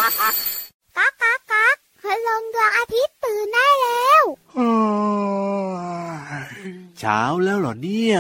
ก๊ากก๊ากก๊ากพลังดวงอาทิตย์ตื่นได้แล้วเช้าแล้วเหรอเนี่ย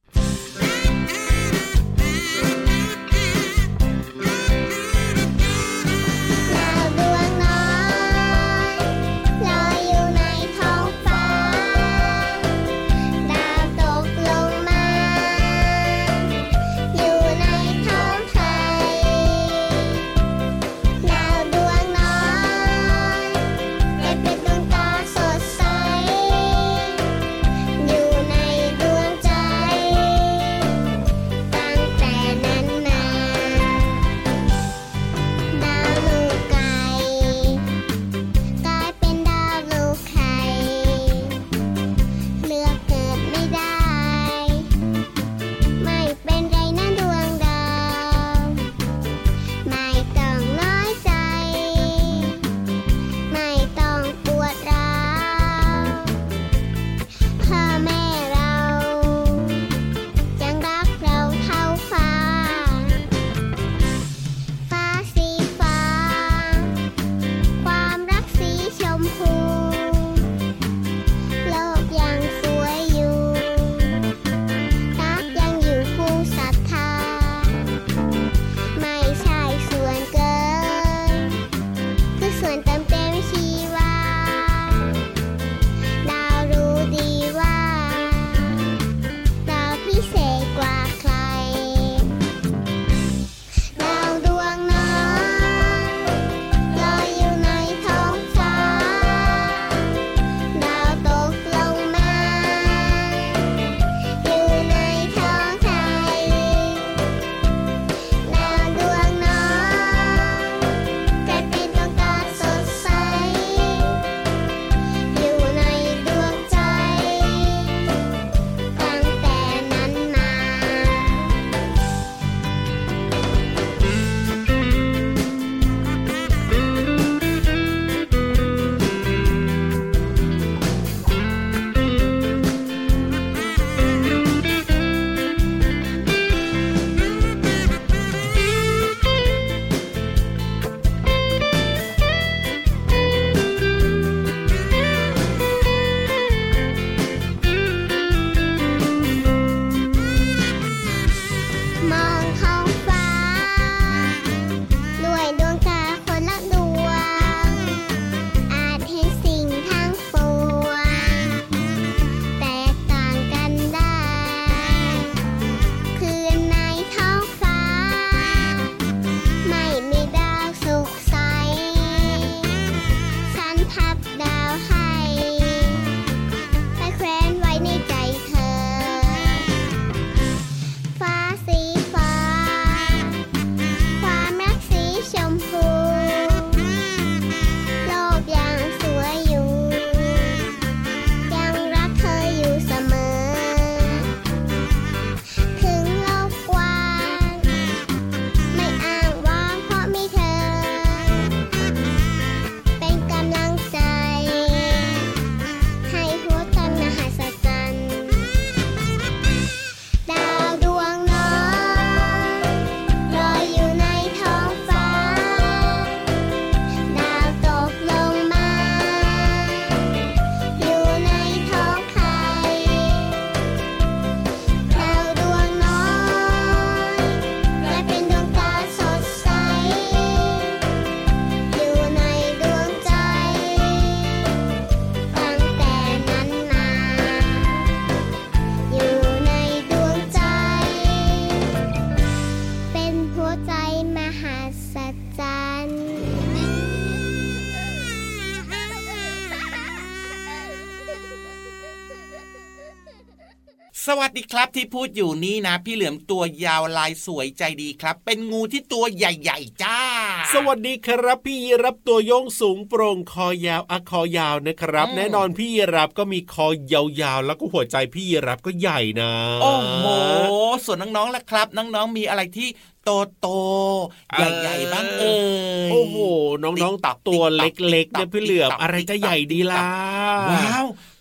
สวัสดีครับที่พูดอยู่นี่นะพี่เหลือมตัวยาวลายสวยใจดีครับเป็นงูที่ตัวใหญ่ๆจ้าสวัสดีครับพี่รับตัวโยงสูงโปร่งคอยาวคอยาวนะครับแน่นอนพี่รับก็มีคอยาวๆแล้วก็หัวใจพี่รับก็ใหญ่นะโอ้โหส่วนน้องๆล่ะครับน้องๆมีอะไรที่โตใหญ่ๆบ้างเอ่ยโอ้โหน้องๆตัวเล็กๆเนี่ยพี่เหลือมอะไรจะใหญ่ดีล่ะว้าว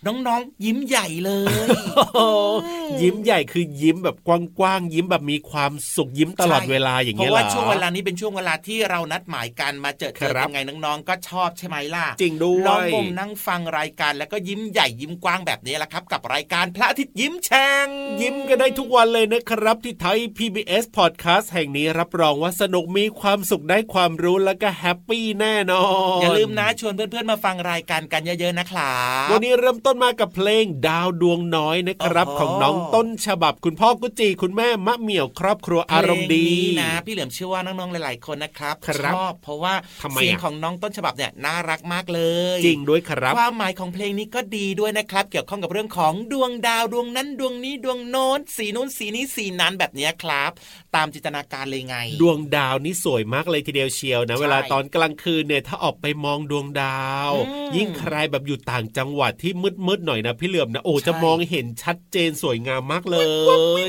น้องๆยิ้มใหญ่เลยยิ้มใหญ่คือยิ้มแบบกว้างๆยิ้มแบบมีความสุขยิ้มตลอดเวลาอย่างเงี้ยเหรอเพราะว่าช่วงเวลานี้เป็นช่วงเวลาที่เรานัดหมายกันมาเจอยังไงน้องๆก็ชอบใช่ไหมล่ะจริงด้วยลองมุมนั่งฟังรายการแล้วก็ยิ้มใหญ่ยิ้มกว้างแบบนี้แหละครับกับรายการพระอาทิตย์ยิ้มแฉ่งยิ้มกันได้ทุกวันเลยนะครับที่ไทย PBS Podcast แห่งนี้รับรองว่าสนุกมีความสุขได้ความรู้แล้วก็แฮปปี้แน่นอนอย่าลืมนะชวนเพื่อนๆมาฟังรายการกันเยอะๆนะครับวันนี้เริ่มต้นมากับเพลงดาวดวงน้อยนะครับของน้องต้นฉบับคุณพ่อกุจิคุณแม่มะเหมี่ยวครอบครัวอารมณ์ดีนะพี่เหลือมเชื่อว่าน้องๆหลายๆคนนะครับชอบเพราะว่าเสียงของน้องต้นฉบับเนี่ยน่ารักมากเลยจริงด้วยครับความหมายของเพลงนี้ก็ดีด้วยนะครับเกี่ยวข้องกับเรื่องของดวงดาวดวงนั้นดวงนี้ดวงโน้นสีนู้นสีนี้สีนั้นแบบนี้ครับตามจินตนาการเลยไงดวงดาวนี่สวยมากเลยทีเดียวเชียวนะเวลาตอนกลางคืนเนี่ยถ้าออกไปมองดวงดาวยิ่งใครแบบอยู่ต่างจังหวัดที่มืดๆหน่อยนะพี่เหลือมนะโอ้จะมองเห็นชัดเจนสวยงามมากเลย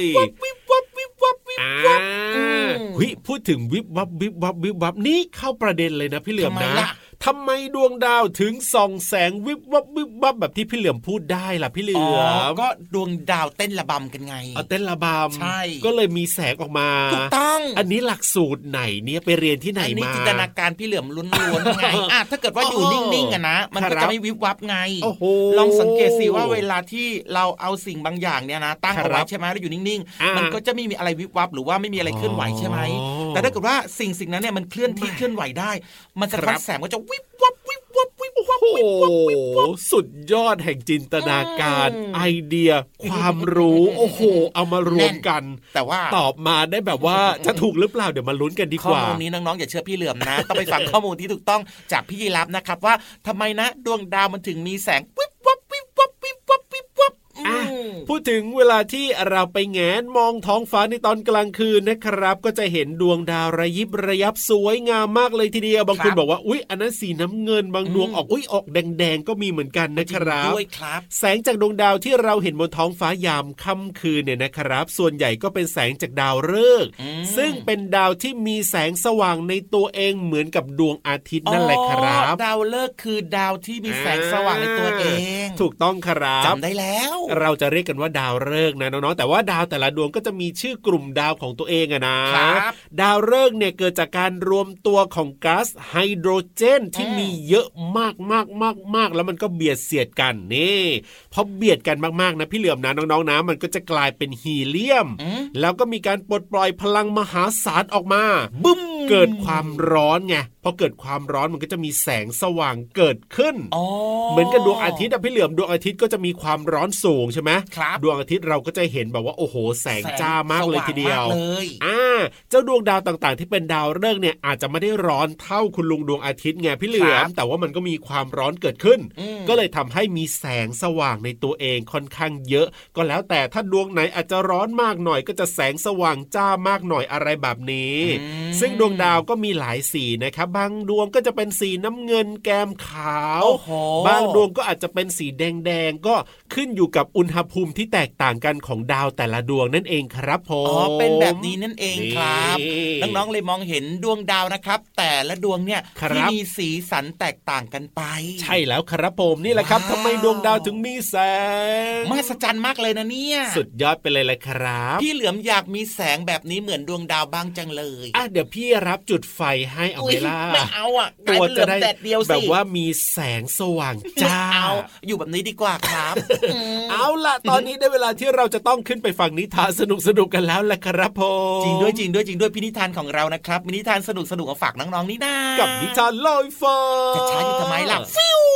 พูดถึงวิบวับวิบวับวิบวับนี่เข้าประเด็นเลยนะพี่เหลือมนะทำไมดวงดาวถึงส่องแสงวิบวับวิบวับแบบที่พี่เหลือมพูดได้ล่ะพี่เหลือมก็ดวงดาวเต้นระบำกันไงเต้นระบำใช่ก็เลยมีแสงออกมาถูกต้องอันนี้หลักสูตรไหนเนี่ยไปเรียนที่ไหนมาอันนี้จินตนาการพี่เหลือมล้วนๆไงถ้าเกิดว่าอยู่นิ่งๆนะมันก็จะไม่วิบวับไงลองสังเกตสิว่าเวลาที่เราเอาสิ่งบางอย่างเนี่ยนะตั้งเอาไว้ใช่ไหมแล้วอยู่นิ่งๆมันก็จะไม่มีอะไรวิบวับหรือว่าไม่มีอะไรเคลื่อนไหวใช่ไหมแต่ถ้าเกิดว่าสิ่งนั้นเนี่ยมันเคลื่อนที่เคลื่อนไหวได้มันสะท้อนแสงก็จะวิบวับวิบวับวิบวับวิบวับวิบวับสุดยอดแห่งจินตนาการไอเดียความรู้โอ้โหเอามารวมกันแต่ว่าตอบมาได้แบบว่าจะถูกหรือเปล่าเดี๋ยวมาลุ้นกันดีกว่าข้อมูลนี้น้องๆอย่าเชื่อพี่เหลือมนะต้องไปฟังข้อมูลที่ถูกต้องจากพี่ยีรับนะครับว่าทำไมนะดวงดาวมันถึงมีแสงวิบวับวิบวับวิบวับวิบวับพูดถึงเวลาที่เราไปแงนมองท้องฟ้าในตอนกลางคืนนะครับก็จะเห็นดวงดาวระยิบระยับสวยงามมากเลยทีเดียวบางคนบอกว่าอุ๊ยอันนั้นสีน้ำเงินบางดวงออกแดงๆก็มีเหมือนกันนะครับด้วยครับแสงจากดวงดาวที่เราเห็นบนท้องฟ้ายามค่ำคืนเนี่ยนะครับส่วนใหญ่ก็เป็นแสงจากดาวฤกษ์ซึ่งเป็นดาวที่มีแสงสว่างในตัวเองเหมือนกับดวงอาทิตย์นั่นแหละครับดาวฤกษ์คือดาวที่มีแสงสว่างในตัวเองถูกต้องครับจำได้แล้วเราจะเรียกกันว่าดาวฤกษ์นะน้องๆแต่ว่าดาวแต่ละดวงก็จะมีชื่อกลุ่มดาวของตัวเองอะนะดาวฤกษ์เนี่ยเกิดจากการรวมตัวของก๊าซไฮโดรเจนที่มีเยอะมากแล้วมันก็เบียดเสียดกันนี่พอเบียดกันมากๆนะพี่เหลือมนะน้องๆนะมันก็จะกลายเป็นฮีเลียมแล้วก็มีการปลดปล่อยพลังมหาศาลออกมาบึ้มเกิดความร้อนไงพอเกิดความร้อนมันก็จะมีแสงสว่างเกิดขึ้นเหมือนกับดวงอาทิตย์พี่เหลือมดวงอาทิตย์ก็จะมีความร้อนสูงใช่ไหมดวงอาทิตย์เราก็จะเห็นแบบว่าโอ้โหแสงจ้ามากเลยทีเดียวเจ้าดวงดาวต่างๆที่เป็นดาวฤกษ์เนี่ยอาจจะไม่ได้ร้อนเท่าคุณลุงดวงอาทิตย์ไงพี่เหลือมแต่ว่ามันก็มีความร้อนเกิดขึ้นก็เลยทำให้มีแสงสว่างในตัวเองค่อนข้างเยอะก็แล้วแต่ถ้าดวงไหนอาจจะร้อนมากหน่อยก็จะแสงสว่างจ้ามากหน่อยอะไรแบบนี้ซึ่งดวงดาวก็มีหลายสีนะครับบางดวงก็จะเป็นสีน้ำเงินแก้มขาวบางดวงก็อาจจะเป็นสีแดงๆก็ขึ้นอยู่กับอุณหภูมิที่แตกต่างกันของดาวแต่ละดวงนั่นเองครับผมเป็นแบบนี้นั่นเองครับน้องๆเลยมองเห็นดวงดาวนะครับแต่ละดวงเนี่ยที่มีสีสันแตกต่างกันไปใช่แล้วครับผมนี่แหละครับทำไมดวงดาวถึงมีแสงมหัศจรรย์มากเลยนะเนี่ยสุดยอดไปเลยแหละครับพี่เหลือมอยากมีแสงแบบนี้เหมือนดวงดาวบ้างจังเลยเดี๋ยวพี่รับจุดไฟให้เอาไปล่ะไม่เอาตัวจะได้แบบว่ามีแสงสว่างจ้าอยู่แบบนี้ดีกว่าครับเอาล่ะตอนนี้ได้เวลาที่เราจะต้องขึ้นไปฟังนิทานสนุกๆกันแล้วแหละครับผมจริงด้วยพี่นิทานของเรานะครับมีนิทานสนุกๆมาฝากน้องๆนี่นากับนิทานลอยฟ้าจะช้าอยู่ทำไมล่ะฟิว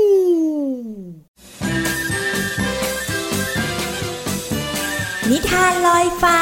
นิทานลอยฟ้า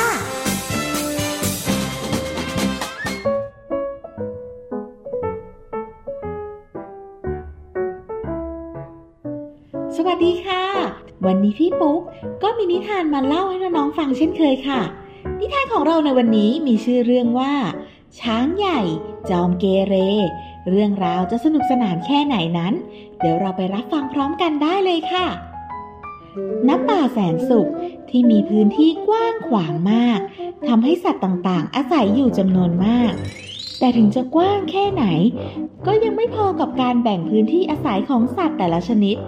สวัสดีค่ะวันนี้พี่ปุ๊กก็มีนิทานมาเล่าให้น้องๆฟังเช่นเคยค่ะนิทานของเราในวันนี้มีชื่อเรื่องว่าช้างใหญ่จอมเกเรเรื่องราวจะสนุกสนานแค่ไหนนั้นเดี๋ยวเราไปรับฟังพร้อมกันได้เลยค่ะณ ป่าแสนสุขที่มีพื้นที่กว้างขวางมากทำให้สัตว์ต่างๆอาศัยอยู่จำนวนมากแต่ถึงจะกว้างแค่ไหนก็ยังไม่พอกับการแบ่งพื้นที่อาศัยของสัตว์แต่ละชนิดท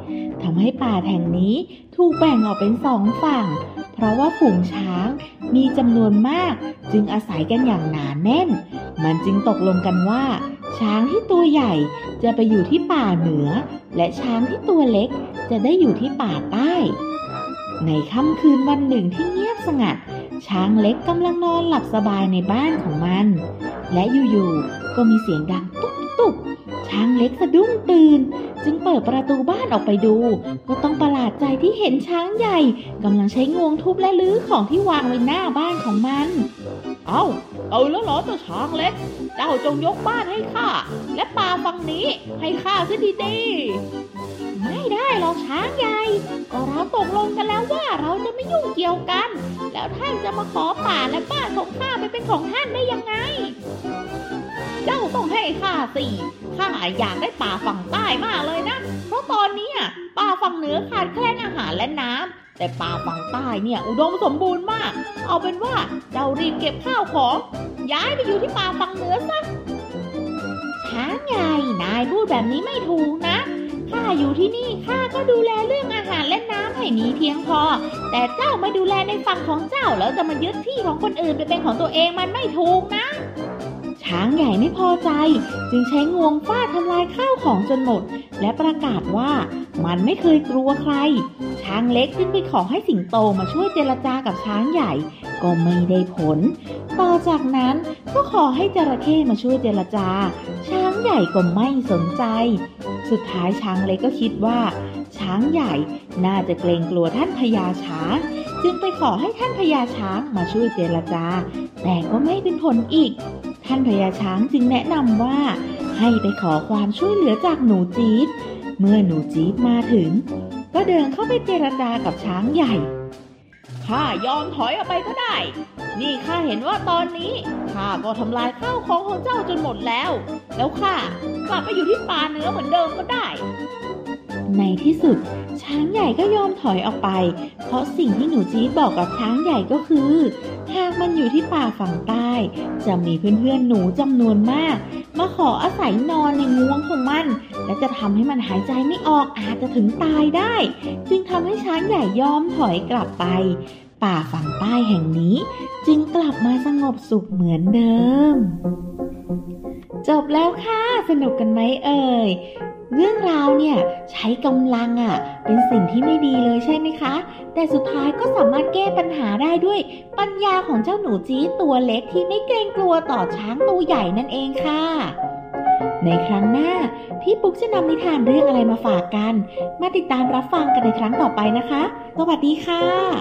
ทำให้ป่าแห่งนี้ถูกแบ่งออกเป็นสองฝั่งเพราะว่าฝูงช้างมีจำนวนมากจึงอาศัยกันอย่างหนาแน่นมันจึงตกลงกันว่าช้างที่ตัวใหญ่จะไปอยู่ที่ป่าเหนือและช้างที่ตัวเล็กจะได้อยู่ที่ป่าใต้ในค่ำคืนวันหนึ่งที่เงียบสงัดช้างเล็กกำลังนอนหลับสบายในบ้านของมันและอยู่ๆก็มีเสียงดังตุ๊บตุ๊บช้างเล็กสะดุ้งตื่นจึงเปิดประตูบ้านออกไปดูก็ต้องประหลาดใจที่เห็นช้างใหญ่กำลังใช้งวงทุบและรื้อของที่วางไว้หน้าบ้านของมันเอาแล้วเหรอเจ้าช้างเล็กเจ้าจงยกบ้านให้ข้าและป่าฝั่งนี้ให้ข้าซะดีๆไม่ได้หรอกช้างใหญ่ก็เราตกลงกันแล้วว่าเราจะไม่ยุ่งเกี่ยวกันแล้วท่านจะมาขอป่าและบ้านของข้าไปเป็นของท่านได้ยังไงเจ้าต้องให้ข้าสิข้าอยากได้ป่าฝั่งใต้มากเลยนะเพราะตอนนี้ป่าฝั่งเหนือขาดแคลนอาหารและน้ำแต่ป่าฝั่งใต้เนี่ยอุดมสมบูรณ์มากเอาเป็นว่าเจ้ารีบเก็บข้าวของย้ายไปอยู่ที่ป่าฝั่งเหนือซะช้างใหญ่นายพูดแบบนี้ไม่ถูกนะข้าอยู่ที่นี่ข้าก็ดูแลเรื่องอาหารและน้ำให้มีเพียงพอแต่เจ้ามาดูแลในฝั่งของเจ้าแล้วจะมายึดที่ของคนอื่นไปเป็นของตัวเองมันไม่ถูกนะช้างใหญ่ไม่พอใจจึงใช้งวงฟาดทำลายข้าวของจนหมดและประกาศว่ามันไม่เคยกลัวใครช้างเล็กจึงไปขอให้สิงโตมาช่วยเจรจากับช้างใหญ่ก็ไม่ได้ผลต่อจากนั้นก็ขอให้จระเข้มาช่วยเจรจาช้างใหญ่ก็ไม่สนใจสุดท้ายช้างเล็กก็คิดว่าช้างใหญ่น่าจะเกรงกลัวท่านพญาช้างจึงไปขอให้ท่านพญาช้างมาช่วยเจรจาแต่ก็ไม่เป็นผลอีกท่านพญาช้างจึงแนะนำว่าให้ไปขอความช่วยเหลือจากหนูจี๊ดเมื่อหนูจี๊ดมาถึงก็เดินเข้าไปเจรจากับช้างใหญ่ข้ายอมถอยออกไปก็ได้นี่ข้าเห็นว่าตอนนี้ข้าก็ทำลายข้าวของเจ้าจนหมดแล้วข้ากลับไปอยู่ที่ป่าเหนือเหมือนเดิมก็ได้ในที่สุดช้างใหญ่ก็ยอมถอยออกไปเพราะสิ่งที่หนูจี๊ดบอกกับช้างใหญ่ก็คือหากมันอยู่ที่ป่าฝั่งใต้จะมีเพื่อนๆหนูจำนวนมากมาขออาศัยนอนในงวงของมันและจะทำให้มันหายใจไม่ออกอาจจะถึงตายได้จึงทำให้ช้างใหญ่ยอมถอยกลับไปป่าฝั่งใต้แห่งนี้จึงกลับมาสงบสุขเหมือนเดิมจบแล้วค่ะสนุกกันไหมเอ่ยเรื่องราวเนี่ยใช้กำลังเป็นสิ่งที่ไม่ดีเลยใช่ไหมคะแต่สุดท้ายก็สามารถแก้ปัญหาได้ด้วยปัญญาของเจ้าหนูจี๊ดตัวเล็กที่ไม่เกรงกลัวต่อช้างตัวใหญ่นั่นเองค่ะในครั้งหน้าพี่ปุ๊กจะนำนิทานเรื่องอะไรมาฝากกันมาติดตามรับฟังกันในครั้งต่อไปนะคะสวัสดีค่ะ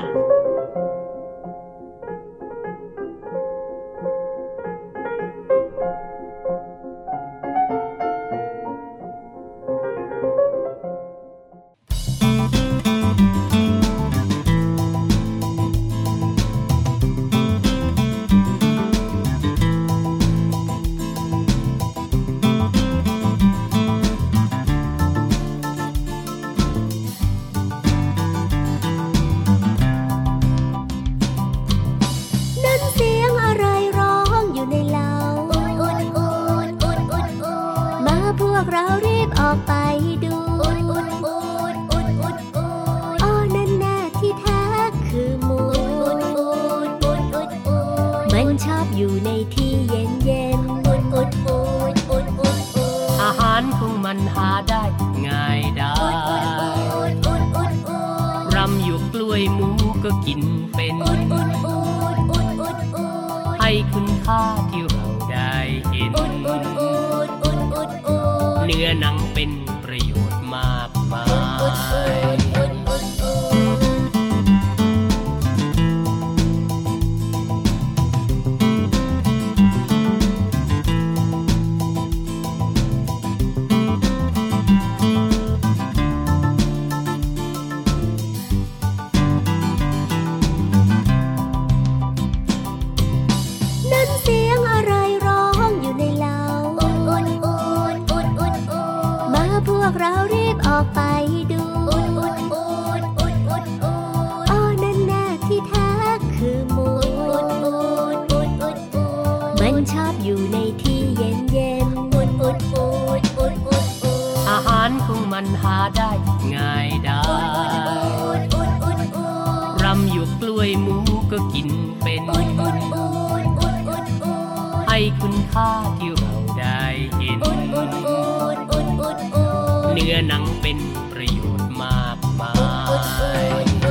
ก็กินเป็นให้คุณค่าที่เราได้เห็นเนื้อหนังเป็นประโยชน์มากมายออาหารของมันหาได้ง่ายได้รำอยู่กล้วยหมูก็กินเป็นให้คุณค่าที่เราได้เห็นเนื้อหนังเป็นประโยชน์มากมาย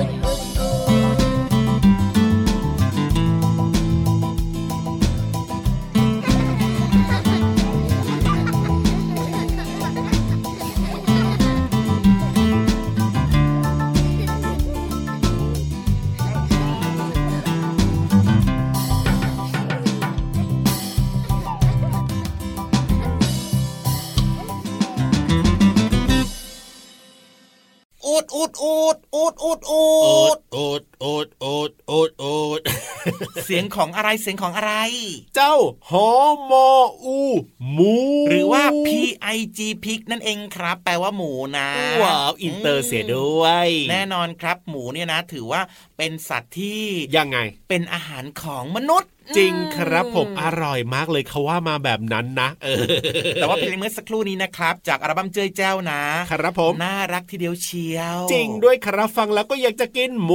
เสียงของอะไรเสียงของอะไรเจ้าหอมออูหมูหรือว่า PIG pig นั่นเองครับแปลว่าหมูนะว้าวอินเตอร์เสียด้วยแน่นอนครับหมูเนี่ยนะถือว่าเป็นสัตว์ที่ยังไงเป็นอาหารของมนุษย์จริงครับผมอร่อยมากเลยเขาว่ามาแบบนั้นนะแต่ว่าเพลงเมื่อสักครู่นี้นะครับจากอัลบั้มเจ้ยแจ้วนะครับผมน่ารักทีเดียวเชียวจริงด้วยครับฟังแล้วก็อยากจะกินหมู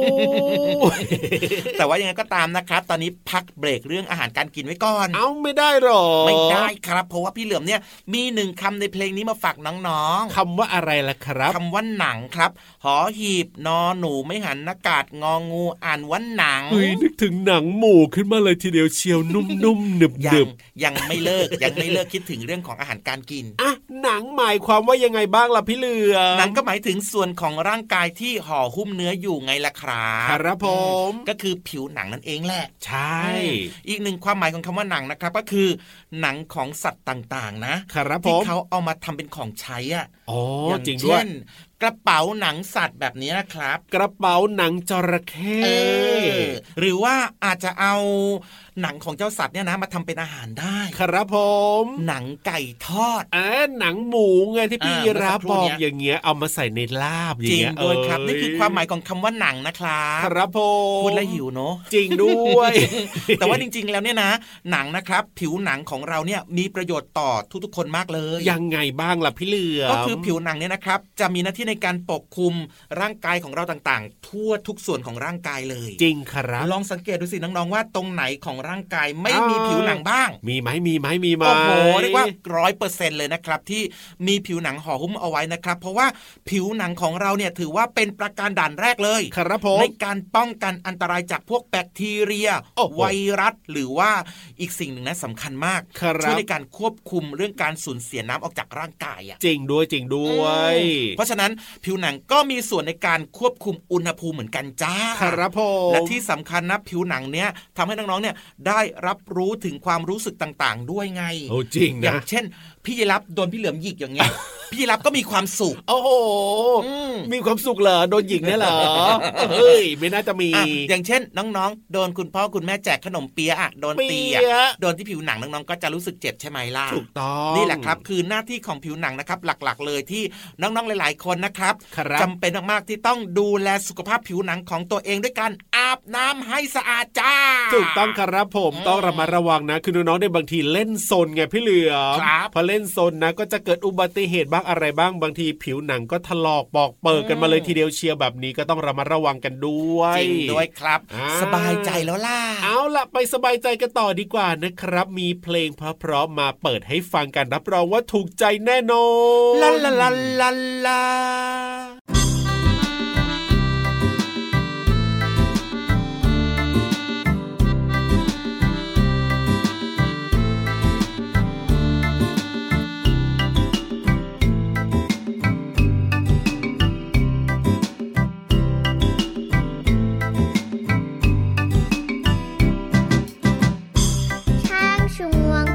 แต่ว่ายังไงก็ตามนะครับตอนนี้พักเบรกเรื่องอาหารการกินไว้ก่อนเอาไม่ได้หรอไม่ได้ครับเพราะว่าพี่เหลือมเนี่ยมีหนึ่งคำในเพลงนี้มาฝากน้องๆคำว่าอะไรล่ะครับคำว่าหนังครับหอหีบนอหนูไม่หันอากาศงองูอ่านว่าหนังนึกถึงหนังหมูขึ้นมาเลยทีเดียวเชียวนุ่มๆหนึบๆยังไม่เลิกคิดถึงเรื่องของอาหารการกินอ่ะหนังหมายความว่ายังไงบ้างล่ะพี่เหลือหนังก็หมายถึงส่วนของร่างกายที่ห่อหุ้มเนื้ออยู่ไงล่ะครับครับผมก็คือผิวหนังนั่นเองแหละใช่อีกหนึ่งความหมายของคำว่าหนังนะครับก็คือหนังของสัตว์ต่างๆนะครับที่เขาเอามาทำเป็นของใช้อ่ะอย่างจริงด้วยกระเป๋าหนังสัตว์แบบนี้นะครับกระเป๋าหนังจระเข้หรือว่าอาจจะเอาหนังของเจ้าสัตว์เนี่ยนะมาทำเป็นอาหารได้ครับผมหนังไก่ทอดหนังหมูไงที่พี่รับบอกอย่างเงี้ยเอามาใส่ในลาบอย่างเงี้ยจริงด้วยครับนี่คือความหมายของคำว่าหนังนะครับครับผมพูดแล้วหิวเนาะจริงด้วยแต่ว่าจริงๆแล้วเนี่ยนะหนังนะครับผิวหนังของเราเนี่ยมีประโยชน์ต่อทุกๆคนมากเลยยังไงบ้างล่ะพี่เหลือก็คือผิวหนังเนี่ยนะครับจะมีหน้าที่ในการปกคลุมร่างกายของเราต่างๆทั่วทุกส่วนของร่างกายเลยจริงครับลองสังเกตดูสิน้องๆว่าตรงไหนของร่างกายไม่มีผิวหนังบ้างมีไหมโอ้โหเรียกว่า 100% เลยนะครับที่มีผิวหนังห่อหุ้มเอาไว้นะครับเพราะว่าผิวหนังของเราเนี่ยถือว่าเป็นประการด่านแรกเลยครับผมในการป้องกันอันตรายจากพวกแบคทีเรียไวรัสหรือว่าอีกสิ่งหนึ่งนะสำคัญมากช่วยในการควบคุมเรื่องการสูญเสียน้ำออกจากร่างกายจริงด้วยเพราะฉะนั้นผิวหนังก็มีส่วนในการควบคุมอุณหภูมิเหมือนกันจ้าครับผมและที่สำคัญนะผิวหนังเนี้ยทำให้น้องๆเนี่ยได้รับรู้ถึงความรู้สึกต่างๆด้วยไงโอ้จริงนะอย่างเช่นพี่ยีรับโดนพี่เหลือมหยิกอย่างเงี้ยพี่ยีรับก็มีความสุขโอ้โหมีความสุขเหรอโดนหยิกเนี่ยเหรอเฮ้ยไม่น่าจะมีอย่างเช่นน้องๆโดนคุณพ่อคุณแม่แจกขนมเปี๊ยะโดนตีโดนที่ผิวหนังน้องๆก็จะรู้สึกเจ็บใช่ไหมล่ะถูกต้องนี่แหละครับคือหน้าที่ของผิวหนังนะครับหลักๆเลยที่น้องๆหลายๆคนนะครับจำเป็นมากๆที่ต้องดูแลสุขภาพผิวหนังของตัวเองด้วยการอาบน้ำให้สะอาดจ้าถูกต้องครับผมต้องระมัดระวังนะคือน้องๆในบางทีเล่นซนไงพี่เหลือพอเล่นซนนะก็จะเกิดอุบัติเหตุบ้างอะไรบ้างบางทีผิวหนังก็ถลอกปอกเปิดกันมาเลยทีเดียวเชียวแบบนี้ก็ต้องระมัดระวังกันด้วยจริงด้วยครับสบายใจแล้วล่ะเอาล่ะไปสบายใจกันต่อดีกว่านะครับมีเพลงเพราะๆมาเปิดให้ฟังกันรับรองว่าถูกใจแน่นอนลาลาลาลาลา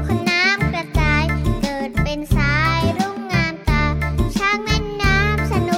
เป็นสายรุ่งงามตาช้างแม่น้ำสนุ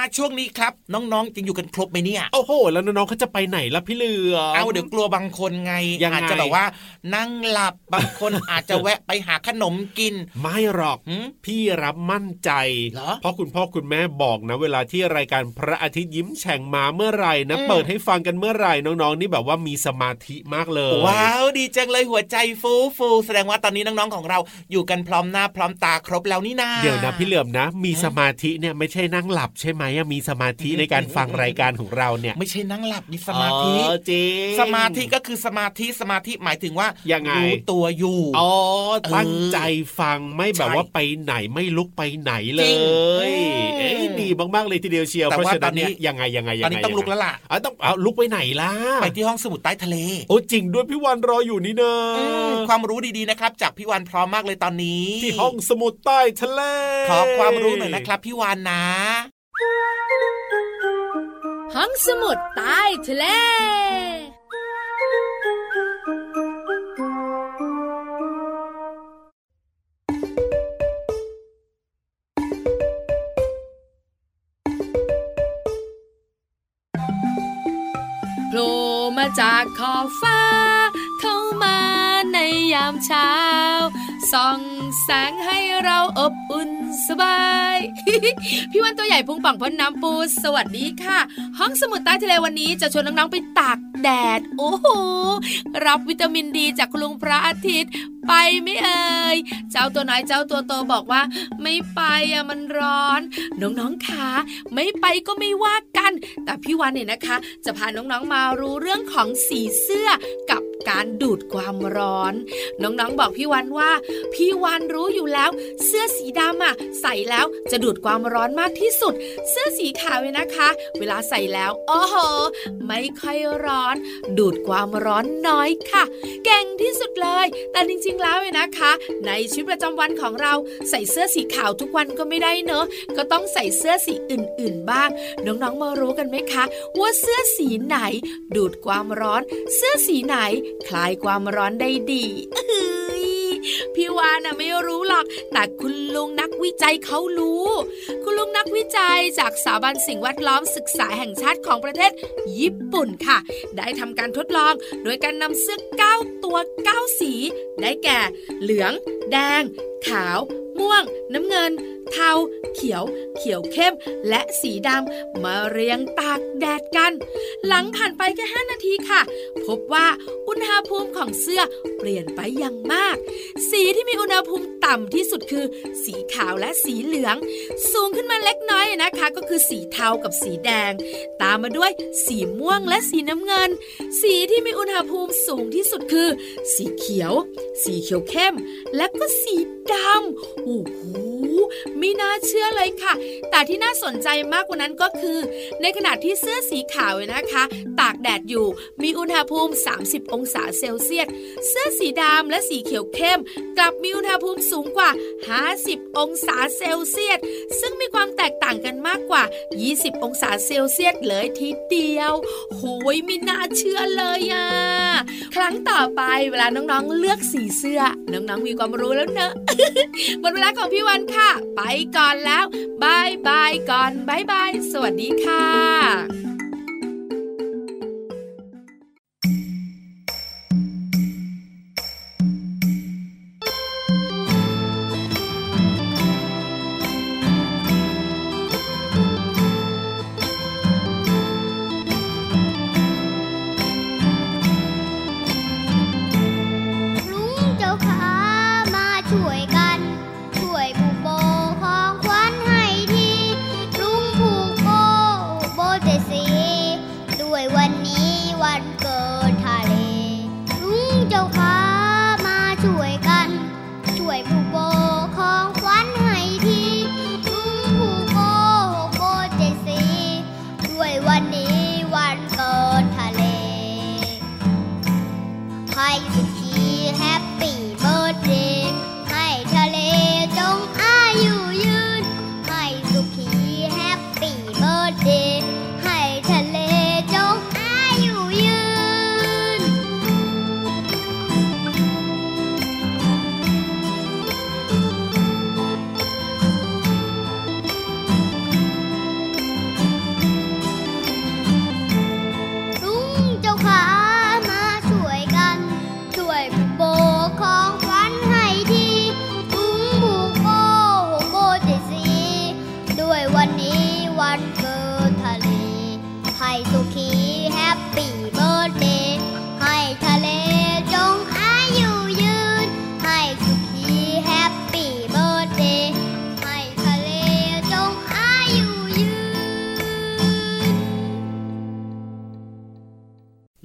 ช่วงนี้ครับน้องๆจะอยู่กันครบไหมเนี่ยโอ้โหแล้วน้องๆเขาจะไปไหนล่ะพี่เหลือเอาเดี๋ยวกลัวบางคนไงอาจจะแบบว่านั่งหลับบางคนอาจจะแวะไปหาขนมกินไม่หรอกพี่รับมั่นใจเพราะคุณพ่อคุณแม่บอกนะเวลาที่รายการพระอาทิตย์ยิ้มแฉ่งมาเมื่อไหร่นะเปิดให้ฟังกันเมื่อไหร่น้องๆนี่แบบว่ามีสมาธิมากเลยว้าวดีจังเลยหัวใจฟูแสดงว่าตอนนี้น้องๆของเราอยู่กันพร้อมหน้าพร้อมตาครบแล้วนี่นาเดี๋ยวนะพี่เหลือมนะมีสมาธิเนี่ยไม่ใช่นั่งหลับใช่ไหมมีสมาธิในการฟังรายการของเราเนี่ยไม่ใช่นั่งหลับนี่สมาธิจริงสมาธิก็คือสมาธิหมายถึงว่ายังไงรู้ตัวอยู่ตั้งใจฟังไม่แบบว่าไปไหนไม่ลุกไปไหนเลยดีมากๆเลยทีเดียวเชียวเพราะฉะนั้นเนี่ยยังไงตอนนี้ต้องลุกแล้วล่ะต้องลุกไปไหนล่ะไปที่ห้องสมุดใต้ทะเลโอ้จริงด้วยพี่วันรออยู่นี่นะความรู้ดีๆนะครับจากพี่วันพร้อมมากเลยตอนนี้ที่ห้องสมุดใต้ทะเลขอความรู้หน่อยนะครับพี่วันนะห้องสมุดใต้ทะเลโผล่มาจากขอบฟ้าเข้ามาในยามเช้าส่องแสงให้เราอบอุ่นสบาย พี่วันตัวใหญ่พุงป่องพ้นน้ำปูสวัสดีค่ะห้องสมุดใต้ทะเลวันนี้จะชวนน้องๆไปตากแดดโอ้โหรับวิตามินดีจากคุณลุงพระอาทิตย์ไปไม่เอ่ยเจ้าตัวน้อยเจ้าตัวโตบอกว่าไม่ไปมันร้อนน้องๆคะไม่ไปก็ไม่ว่ากันแต่พี่วันเนี่ยนะคะจะพาน้องๆมารู้เรื่องของสีเสื้อกับการดูดความร้อนน้องๆบอกพี่วันว่าพี่วันรู้อยู่แล้วเสื้อสีดำใส่แล้วจะดูดความร้อนมากที่สุดเสื้อสีขาวเนี่ยนะคะเวลาใส่แล้วโอ้โหไม่ค่อยร้อนดูดความร้อนน้อยค่ะเก่งที่สุดเลยแต่จริงๆแล้วเนี่ยนะคะในชีวิตประจำวันของเราใส่เสื้อสีขาวทุกวันก็ไม่ได้เนอะก็ต้องใส่เสื้อสีอื่นๆบ้างน้องๆมารู้กันไหมคะว่าเสื้อสีไหนดูดความร้อนเสื้อสีไหนคลายความร้อนได้ดีพี่วานไม่รู้หรอกแต่คุณลุงนักวิจัยเขารู้คุณลุงนักวิจัยจากสถาบันสิ่งแวดล้อมศึกษาแห่งชาติของประเทศญี่ปุ่นค่ะได้ทำการทดลองโดยการนำเสื้อ9ตัว9สีได้แก่เหลืองแดงขาวม่วงน้ำเงินเทาเขียวเข้มและสีดำมาเรียงตากแดดกันหลังผ่านไปแค่5นาทีค่ะพบว่าอุณหภูมิของเสื้อเปลี่ยนไปอย่างมากสีที่มีอุณหภูมิต่ำที่สุดคือสีขาวและสีเหลืองสูงขึ้นมาเล็กน้อยนะคะก็คือสีเทากับสีแดงตามมาด้วยสีม่วงและสีน้ำเงินสีที่มีอุณหภูมิสูงที่สุดคือสีเขียวเข้มและก็สีดำโอ้โหไม่น่าเชื่อเลยค่ะแต่ที่น่าสนใจมากกว่านั้นก็คือในขณะที่เสื้อสีขาวนะคะตากแดดอยู่มีอุณหภูมิ30องศาเซลเซียสเสื้อสีดำและสีเขียวเข้มกลับมีอุณหภูมิสูงกว่า50องศาเซลเซียสซึ่งมีความแตกต่างกันมากกว่า20องศาเซลเซียสเลยทีเดียวโหยไม่น่าเชื่อเลยครั้งต่อไปเวลาน้องๆเลือกสีเสื้อน้องๆมีความรู้แล้วเนอะ หมดเวลาของพี่วันค่ะไปก่อนแล้วบายบายก่อนบายบายสวัสดีค่ะ Daisy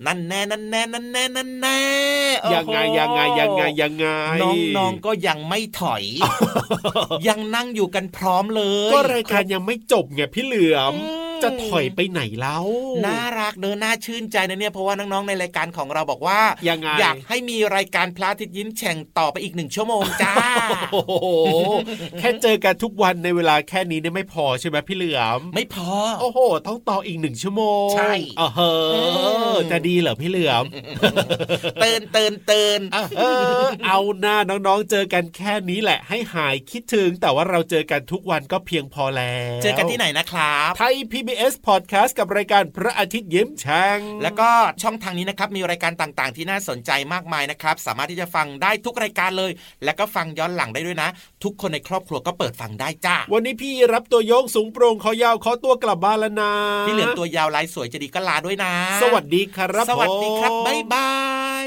นั่นแน่นั่นแน่นั่นแน่นั่นแน่ยังไงน้องๆก็ยังไม่ถอย ยังนั่งอยู่กันพร้อมเลยก็รายการยังไม่จบไงพี่เหลือมจะถอยไปไหนแล้วน่ารักเด้อน่าชื่นใจนะเนี่ยเพราะว่าน้องๆในรายการของเราบอกว่าอยากให้มีรายการพระอาทิตย์ยิ้มแฉ่งต่อไปอีก1 ชั่วโมงจ้าแค่เจอกันทุกวันในเวลาแค่นี้เนี่ยไม่พอใช่ไหมพี่เหลือมไม่พอโอ้โหต้องต่ออีก1 ชั่วโมงใช่จะดีเหรอพี่เหลือมเตือนเอาหน้าน้องๆเจอกันแค่นี้แหละให้หายคิดถึงแต่ว่าเราเจอกันทุกวันก็เพียงพอแล้วเจอกันที่ไหนนะครับไทย PBS Podcast กับรายการพระอาทิตย์ยิ้มแฉ่งแล้วก็ช่องทางนี้นะครับมีรายการต่างๆที่น่าสนใจมากมายนะครับสามารถที่จะฟังได้ทุกรายการเลยแล้วก็ฟังย้อนหลังได้ด้วยนะทุกคนในครอบครัวก็เปิดฟังได้จ้าวันนี้พี่รับตัวโยงสูงโปร่งคอยาวขอตัวกลับบ้านแล้วนะพี่เหลือมตัวยาวลายสวยจะดีก็ลาด้วยนะสวัสดีครับสวัสดีครับบ๊ายบาย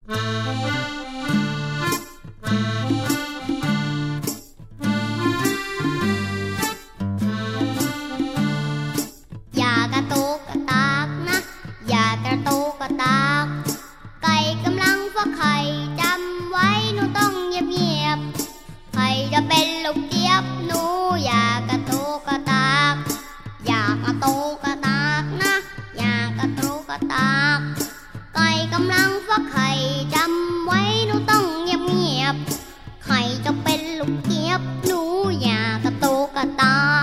อย่ากระตุกกระตากนะอย่ากระตุกกระตากไก่กำลังฟักไข่จำไว้หนูต้องเงียบๆไข่จะเป็นลูกเจี๊ยบหนูอย่ากระตุกกระตากอย่ากระตุกกระตากนะอย่ากระตุกกระตากไก่กำลังฟักไข่จำไว้หนูต้องเงียบๆไข่จะเป็นลูกเจี๊ยบหนูอย่ากระตุกกระตาก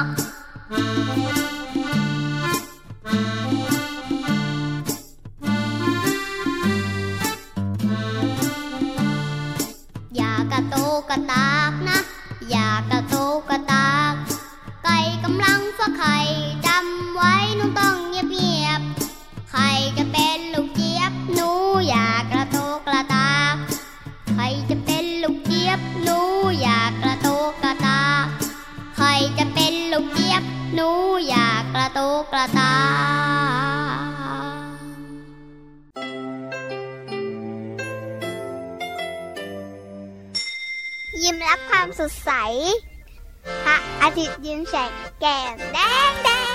อย่ากระตุกกระตากนะอย่ากระตุกกระตากไก่กำลังฟักไข่จำไว้หนูต้องเงียบๆไข่จะเป็นลูกเจี๊ยบหนูอย่ากระตุกกระตากไข่จะเป็นลูกเจี๊ยบหนูอย่ากระตุกกระตากไข่จะเป็นลูกเจี๊ยบหนูอย่ากระตุกกระตากยิ้มรับความสดใสพระอาทิตย์ยิ้มแฉกแก้มแดง